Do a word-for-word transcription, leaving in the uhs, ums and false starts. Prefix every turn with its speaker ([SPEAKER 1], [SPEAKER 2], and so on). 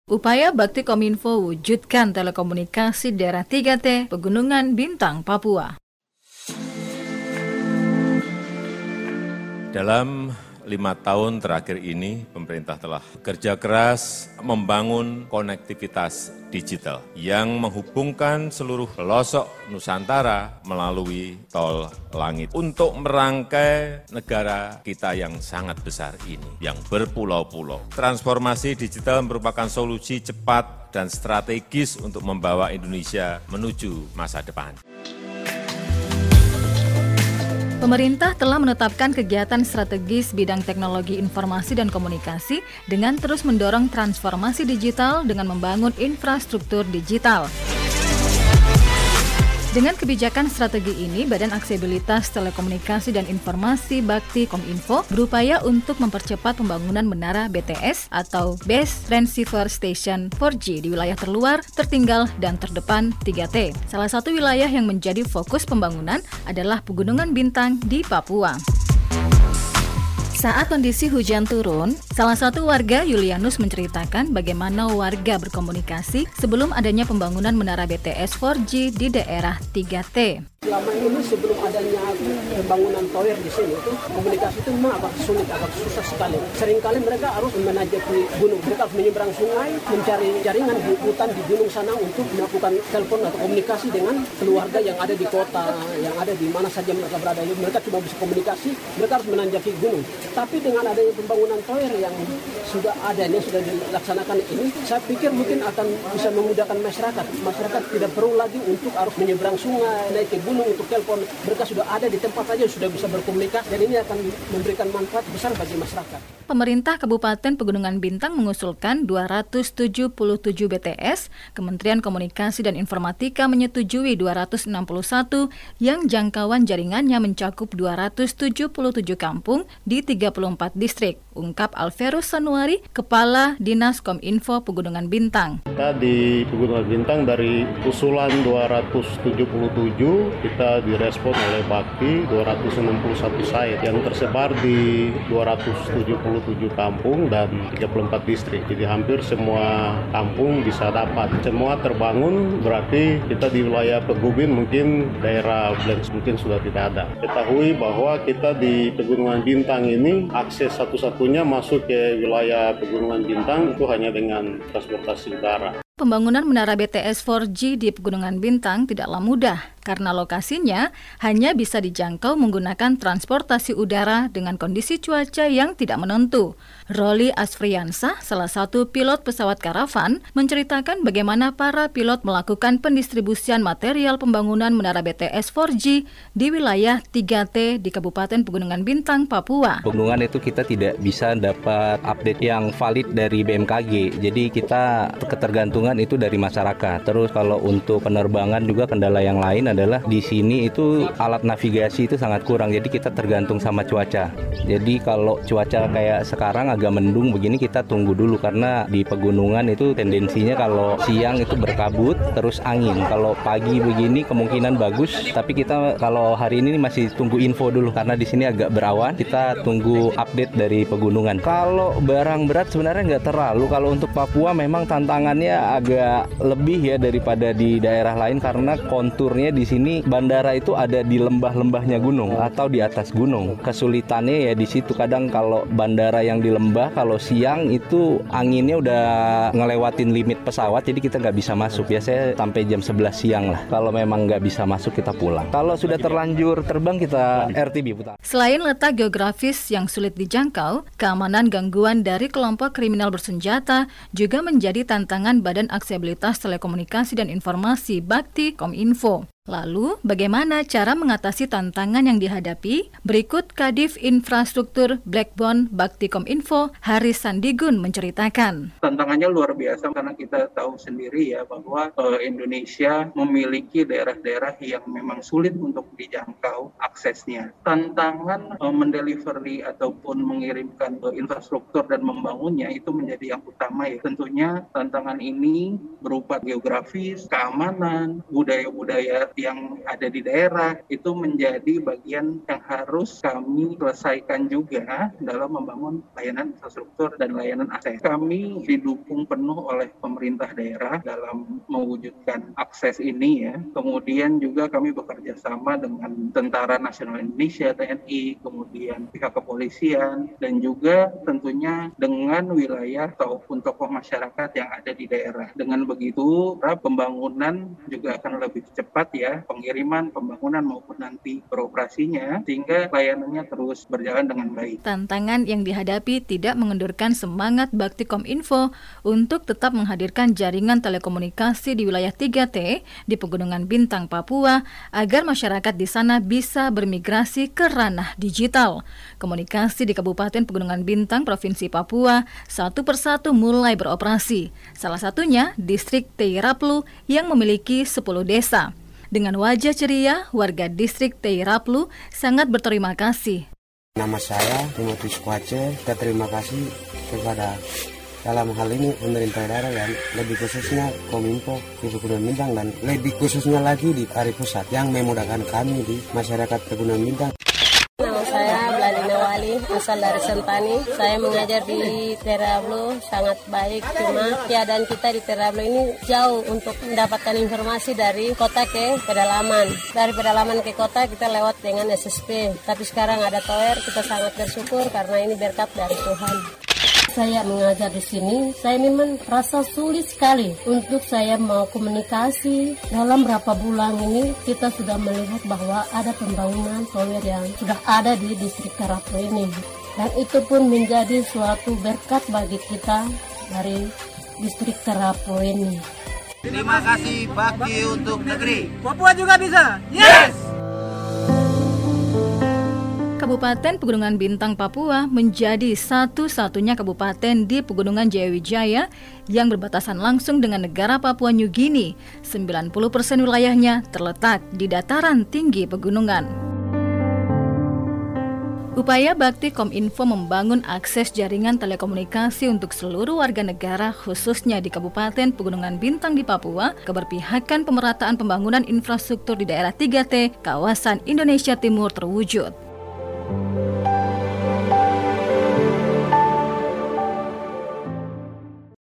[SPEAKER 1] Upaya Bakti Kominfo wujudkan telekomunikasi daerah tiga T Pegunungan Bintang, Papua.
[SPEAKER 2] Dalam lima tahun terakhir ini, pemerintah telah bekerja keras membangun konektivitas digital yang menghubungkan seluruh pelosok Nusantara melalui tol langit untuk merangkai negara kita yang sangat besar ini, yang berpulau-pulau. Transformasi digital merupakan solusi cepat dan strategis untuk membawa Indonesia menuju masa depan.
[SPEAKER 1] Pemerintah telah menetapkan kegiatan strategis bidang teknologi informasi dan komunikasi dengan terus mendorong transformasi digital dengan membangun infrastruktur digital. Dengan kebijakan strategi ini, Badan Aksesibilitas Telekomunikasi dan Informasi Bakti Kominfo berupaya untuk mempercepat pembangunan menara B T S atau Base Transceiver Station empat G di wilayah terluar, tertinggal, dan terdepan tiga T. Salah satu wilayah yang menjadi fokus pembangunan adalah Pegunungan Bintang di Papua. Saat kondisi hujan turun, salah satu warga Yulianus menceritakan bagaimana warga berkomunikasi sebelum adanya pembangunan menara B T S empat G di daerah tiga T.
[SPEAKER 3] Selama ini sebelum adanya pembangunan tower di sini itu komunikasi itu memang agak sulit, agak susah sekali. Seringkali mereka harus menajaki gunung, mereka harus menyeberang sungai, mencari jaringan di hutan di gunung sana untuk melakukan telepon atau komunikasi dengan keluarga yang ada di kota, yang ada di mana saja mereka berada. Mereka cuma bisa komunikasi, mereka harus menanjaki gunung. Tapi dengan adanya pembangunan tower yang sudah ada, ini sudah dilaksanakan ini, saya pikir mungkin akan bisa memudahkan masyarakat. Masyarakat tidak perlu lagi untuk harus menyeberang sungai, naik ke gunung untuk telepon. Mereka sudah ada di tempat saja, sudah bisa berkomunikasi, dan ini akan memberikan manfaat besar bagi masyarakat.
[SPEAKER 1] Pemerintah Kabupaten Pegunungan Bintang mengusulkan dua ratus tujuh puluh tujuh B T S, Kementerian Komunikasi dan Informatika menyetujui dua ratus enam puluh satu yang jangkauan jaringannya mencakup dua ratus tujuh puluh tujuh kampung di tiga puluh empat distrik, ungkap Alverus Sanuari, Kepala Dinas Kominfo Pegunungan Bintang.
[SPEAKER 4] Kita di Pegunungan Bintang dari usulan dua ratus tujuh puluh tujuh, kita direspon oleh Bakti dua ratus enam puluh satu site yang tersebar di dua ratus tujuh puluh tujuh kampung dan tiga puluh empat distrik. Jadi hampir semua kampung bisa dapat. Semua terbangun, berarti kita di wilayah Pegubin mungkin daerah Blanks mungkin sudah tidak ada. Ketahui bahwa kita di Pegunungan Bintang ini akses satu-satunya masuk ke wilayah Pegunungan Bintang itu hanya dengan transportasi udara.
[SPEAKER 1] Pembangunan menara B T S empat G di Pegunungan Bintang tidaklah mudah karena lokasinya hanya bisa dijangkau menggunakan transportasi udara dengan kondisi cuaca yang tidak menentu. Roli Asfriansah, salah satu pilot pesawat karavan, menceritakan bagaimana para pilot melakukan pendistribusian material pembangunan menara B T S empat G di wilayah tiga T di Kabupaten Pegunungan Bintang, Papua.
[SPEAKER 5] Pegunungan itu kita tidak bisa dapat update yang valid dari B M K G, jadi kita ketergantungan itu dari masyarakat. Terus kalau untuk penerbangan juga kendala yang lain adalah di sini itu alat navigasi itu sangat kurang, jadi kita tergantung sama cuaca. Jadi kalau cuaca kayak sekarang agak mendung begini, kita tunggu dulu karena di pegunungan itu tendensinya kalau siang itu berkabut terus angin. Kalau pagi begini kemungkinan bagus, tapi kita kalau hari ini masih tunggu info dulu karena di sini agak berawan. Kita tunggu update dari pegunungan. Kalau barang berat sebenarnya nggak terlalu. Kalau untuk Papua memang tantangannya agak lebih ya daripada di daerah lain karena konturnya di sini bandara itu ada di lembah-lembahnya gunung atau di atas gunung. Kesulitannya ya di situ, kadang kalau bandara yang di lembah kalau siang itu anginnya udah ngelewatin limit pesawat, jadi kita nggak bisa masuk. Biasanya sampai jam sebelas siang lah. Kalau memang nggak bisa masuk kita pulang. Kalau sudah terlanjur terbang kita R T B putar.
[SPEAKER 1] Selain letak geografis yang sulit dijangkau, keamanan gangguan dari kelompok kriminal bersenjata juga menjadi tantangan Badan Aksesibilitas Telekomunikasi dan Informasi Bakti Kominfo. Lalu, bagaimana cara mengatasi tantangan yang dihadapi? Berikut Kadif Infrastruktur Blackbone Bakti Kominfo, Haris Sandigun menceritakan.
[SPEAKER 6] Tantangannya luar biasa karena kita tahu sendiri ya bahwa eh, Indonesia memiliki daerah-daerah yang memang sulit untuk dijangkau aksesnya. Tantangan eh, mendelivery ataupun mengirimkan eh, infrastruktur dan membangunnya itu menjadi yang utama ya. Tentunya tantangan ini berupa geografis, keamanan, budaya-budaya yang ada di daerah itu menjadi bagian yang harus kami selesaikan juga dalam membangun layanan infrastruktur dan layanan akses. Kami didukung penuh oleh pemerintah daerah dalam mewujudkan akses ini ya. Kemudian juga kami bekerja sama dengan Tentara Nasional Indonesia, T N I, kemudian pihak kepolisian, dan juga tentunya dengan wilayah ataupun tokoh masyarakat yang ada di daerah. Dengan begitu, pembangunan juga akan lebih cepat ya, pengiriman, pembangunan maupun nanti beroperasinya, sehingga layanannya terus berjalan dengan baik.
[SPEAKER 1] Tantangan yang dihadapi tidak mengendurkan semangat Bakti Kominfo untuk tetap menghadirkan jaringan telekomunikasi di wilayah tiga T di Pegunungan Bintang, Papua, agar masyarakat di sana bisa bermigrasi ke ranah digital. Komunikasi di Kabupaten Pegunungan Bintang, Provinsi Papua, satu persatu mulai beroperasi. Salah satunya distrik Teiraplu yang memiliki sepuluh desa. Dengan wajah ceria, warga distrik Teiraplu sangat berterima kasih.
[SPEAKER 7] Nama saya Timotius Kwace, saya terima kasih kepada dalam hal ini pemerintah daerah dan lebih khususnya Kominfo di Pegunungan Bintang dan lebih khususnya lagi di Ari Pusat yang memudahkan kami di masyarakat Pegunungan Bintang.
[SPEAKER 8] Nama saya Bladina Wali, asal dari Sentani. Saya mengajar di Teiraplu, sangat baik. Cuma keadaan kita di Teiraplu ini jauh untuk mendapatkan informasi dari kota ke pedalaman. Dari pedalaman ke kota kita lewat dengan S S P. Tapi sekarang ada tower, kita sangat bersyukur karena ini berkat dari Tuhan. Saya mengajar di sini, saya memang rasa sulit sekali untuk saya mau komunikasi. Dalam berapa bulan ini kita sudah melihat bahwa ada pembangunan tower yang sudah ada di distrik Teiraplu ini. Dan itu pun menjadi suatu berkat bagi kita dari distrik Teiraplu ini.
[SPEAKER 9] Terima kasih Bakti untuk negeri.
[SPEAKER 10] Papua juga bisa. Yes!
[SPEAKER 1] Kabupaten Pegunungan Bintang, Papua menjadi satu-satunya kabupaten di Pegunungan Jayawijaya yang berbatasan langsung dengan negara Papua New Guinea. sembilan puluh persen wilayahnya terletak di dataran tinggi pegunungan. Upaya Bakti Kominfo membangun akses jaringan telekomunikasi untuk seluruh warga negara, khususnya di Kabupaten Pegunungan Bintang di Papua, keberpihakan pemerataan pembangunan infrastruktur di daerah tiga T, kawasan Indonesia Timur terwujud.